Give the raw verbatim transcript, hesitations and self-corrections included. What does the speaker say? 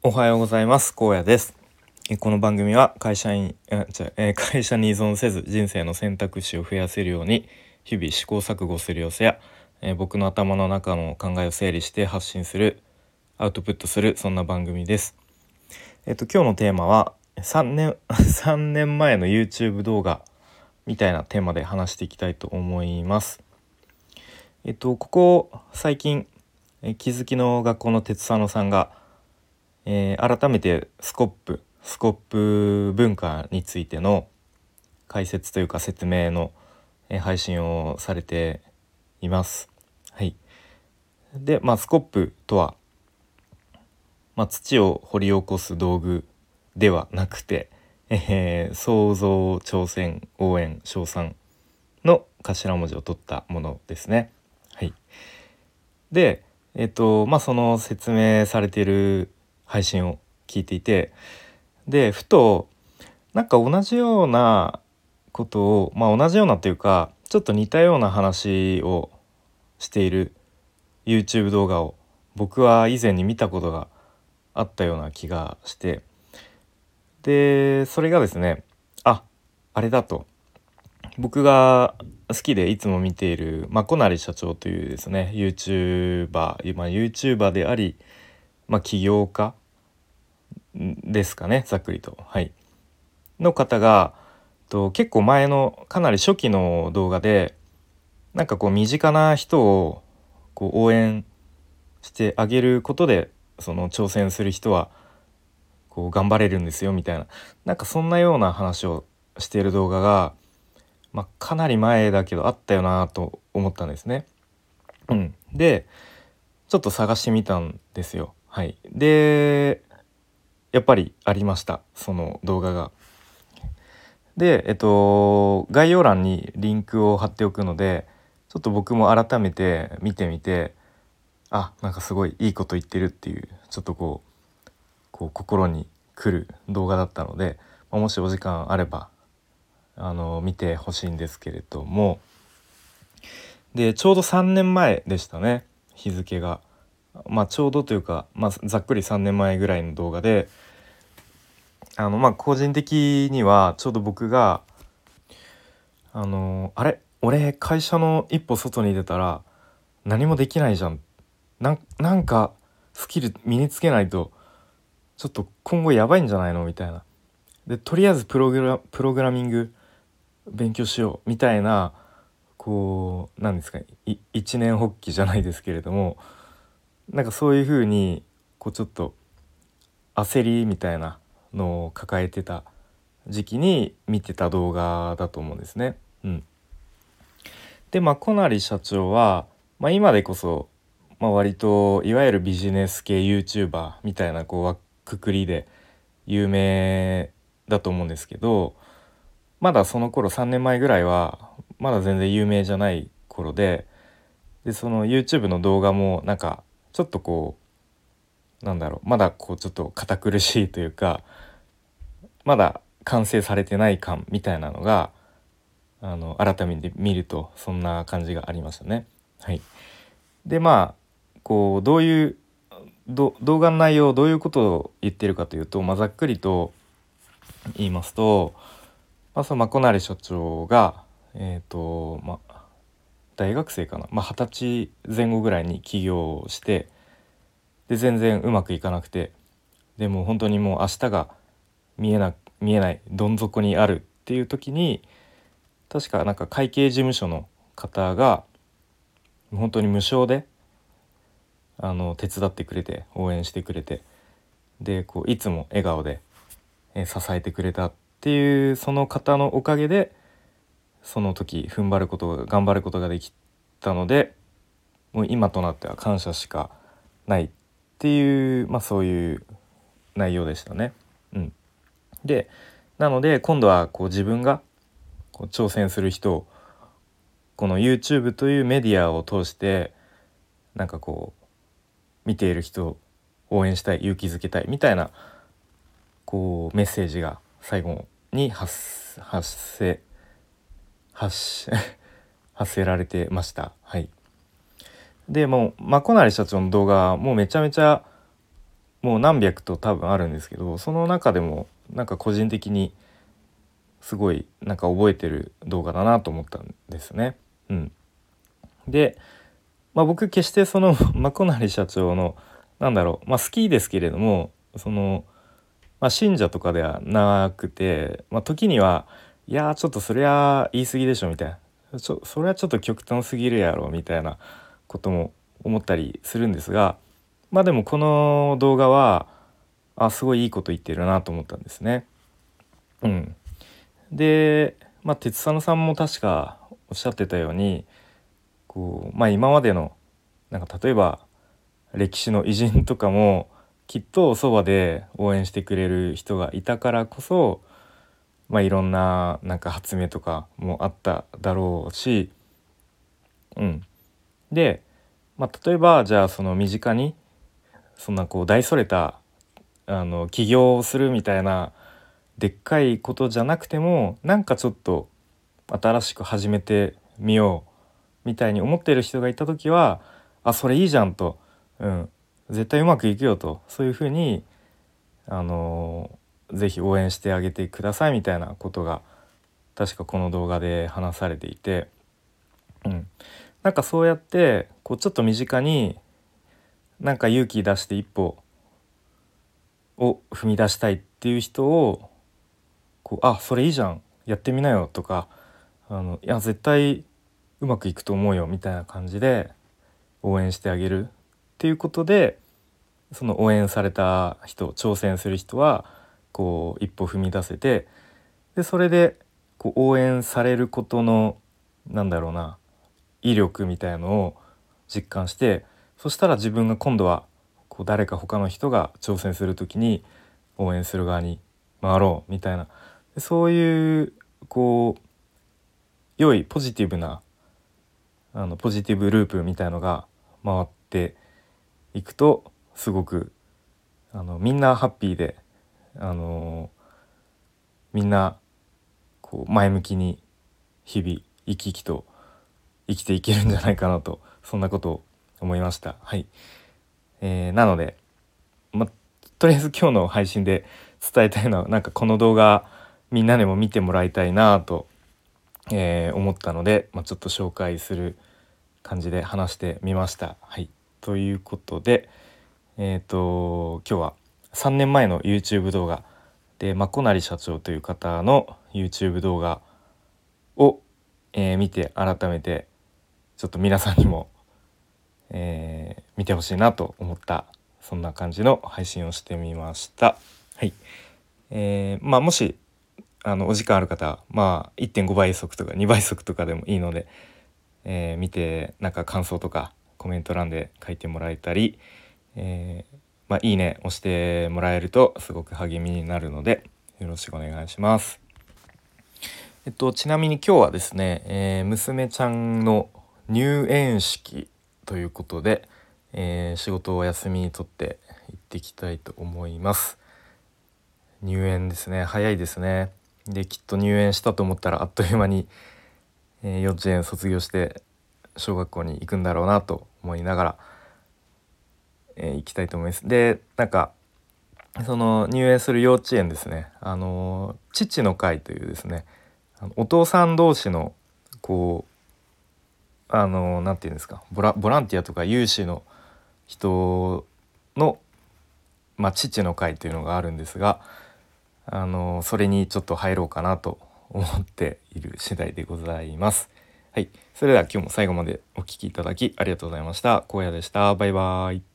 おはようございます。荒野です。えこの番組は会社員えじゃえ会社に依存せず人生の選択肢を増やせるように日々試行錯誤する様子やえ僕の頭の中の考えを整理して発信するアウトプットするそんな番組です。えっと今日のテーマはさんねんさんねんまえの YouTube 動画みたいなテーマで話していきたいと思います。えっとここ最近え気づきの学校の鉄佐野さんがえー改めてスコップスコップ文化についての解説というか説明の、えー配信をされています。はい。で、まあ、スコップとは、まあ、土を掘り起こす道具ではなくて、えー創造、挑戦、応援、称賛の頭文字を取ったものですね。はい。で、えっとまあその説明されている配信を聞いていて、でふとなんか同じようなことをまあ同じようなというかちょっと似たような話をしている YouTube 動画を僕は以前に見たことがあったような気がして、でそれがですね、ああれだと、僕が好きでいつも見ているまこなり社長というですね YouTuber、まあ、YouTuber であり、まあ、起業家ですかね、ざっくりと、はいの方がと結構前のかなり初期の動画でなんかこう身近な人をこう応援してあげることでその挑戦する人はこう頑張れるんですよみたいな、なんかそんなような話をしている動画が、まあ、かなり前だけどあったよなと思ったんですね。うん、でちょっと探してみたんですよ。はい、でやっぱりありました、その動画が。で、えっと、概要欄にリンクを貼っておくのでちょっと僕も改めて見てみて、あなんかすごいいいこと言ってるっていうちょっとこう、こう心に来る動画だったので、まあもしお時間あればあの見てほしいんですけれども、でちょうどさんねんまえでしたね、日付が。まあちょうどというか、まあ、ざっくりさんねんまえぐらいの動画で、あのまあ個人的にはちょうど僕があのあれ俺会社の一歩外に出たら何もできないじゃん、なんなんかスキル身につけないとちょっと今後やばいんじゃないのみたいな、でとりあえずプログラプログラミング勉強しようみたいな、こうなんですか、い一年発起じゃないですけれども、なんかそういう風にこうちょっと焦りみたいなのを抱えてた時期に見てた動画だと思うんですね。うん、でまあ小成社長は、まあ、今でこそ、まあ、割といわゆるビジネス系 YouTuber みたいなこうくくりで有名だと思うんですけど、まだその頃さんねんまえぐらいはまだ全然有名じゃない頃で、でその YouTube の動画もなんかちょっとこうなんだろう、まだこうちょっと堅苦しいというか、まだ完成されてない感みたいなのがあの改めて見るとそんな感じがありましたね。はい、でまあこうどういうど動画の内容どういうことを言ってるかというと、まあ、ざっくりと言いますと、まあ、そのまこなり所長がえっ、とまあ大学生かな、まあ、はたちぜん後ぐらいに起業をして、で全然うまくいかなくて、でも本当にもう明日が見えな見えないどん底にあるっていう時に、確かなんか会計事務所の方が本当に無償であの手伝ってくれて応援してくれて、でこういつも笑顔でえ支えてくれたっていうその方のおかげでその時踏ん張ることが頑張ることができたので、もう今となっては感謝しかないっていう、まあ、そういう内容でしたね。うん、でなので今度はこう自分がこう挑戦する人をこの YouTube というメディアを通してなんかこう見ている人を応援したい、勇気づけたいみたいなこうメッセージが最後に発発せ発し発せられてました。はい。でもうまこなり社長の動画もうめちゃめちゃもう何百と多分あるんですけど、その中でもなんか個人的にすごいなんか覚えてる動画だなと思ったんですね。うん、で、まあ、僕決してそのマコナリ社長のなんだろう、まあ、好きですけれども、その、まあ、信者とかではなくて、まあ、時にはいやーちょっとそれは言い過ぎでしょみたいな、ちょそれはちょっと極端すぎるやろみたいなことも思ったりするんですが、まあでもこの動画はあすごいいいこと言ってるなと思ったんですね。うん、で、まあ、鉄佐野さんも確かおっしゃってたように、こう、まあ、今までのなんか例えば歴史の偉人とかもきっとそばで応援してくれる人がいたからこそ、まあ、いろんななんか発明とかもあっただろうし、うん、で、まあ、例えばじゃあその身近にそんなこう大それたあの起業をするみたいなでっかいことじゃなくても、なんかちょっと新しく始めてみようみたいに思ってる人がいた時は、あそれいいじゃんと、うん、絶対うまくいくよと、そういうふうにあのぜひ応援してあげてくださいみたいなことが確かこの動画で話されていて、うん、なんかそうやってこうちょっと身近になんか勇気出して一歩を踏み出したいっていう人をこうあそれいいじゃんやってみなよとか、あのいや絶対うまくいくと思うよみたいな感じで応援してあげるっていうことで、その応援された人、挑戦する人はこう一歩踏み出せて、でそれでこう応援されることのなんだろうな威力みたいのを実感して、そしたら自分が今度はこう誰か他の人が挑戦する時に応援する側に回ろうみたいな、そういうこう良いポジティブなあのポジティブループみたいのが回っていくと、すごくあのみんなハッピーで、あのみんなこう前向きに日々生き生きと生きていけるんじゃないかなと、そんなことを思いました。はい、えーなので、ま、とりあえず今日の配信で伝えたいのは、なんかこの動画みんなでも見てもらいたいなと、えー思ったので、まあ、ちょっと紹介する感じで話してみました。はい、ということで、えーと今日はさんねんまえの YouTube 動画でまこなり社長という方の YouTube 動画を、えー見て改めてちょっと皆さんにも、えー見てほしいなと思った、そんな感じの配信をしてみました。はい、えーまあもしあのお時間ある方は、まあ、いってんごばい速とかにばい速とかでもいいので、えー見てなんか感想とかコメント欄で書いてもらえたり、えーまあ、いいね押してもらえるとすごく励みになるのでよろしくお願いします。えっと、ちなみに今日はですね、えー娘ちゃんの入園式ということで、えー仕事をお休みにとって行ってきたいと思います。入園ですね、早いですね。できっと入園したと思ったらあっという間に、えー幼稚園卒業して小学校に行くんだろうなと思いながら、えー行きたいと思います。でなんかその入園する幼稚園ですね、あの父の会というですね、あのお父さん同士のこうあのなんていうんですか、ボラ、ボランティアとか有志の人の、まあ、父の会というのがあるんですが、あのそれにちょっと入ろうかなと思っている次第でございます。はい、それでは今日も最後までお聞きいただきありがとうございました。荒野でした。バイバイ。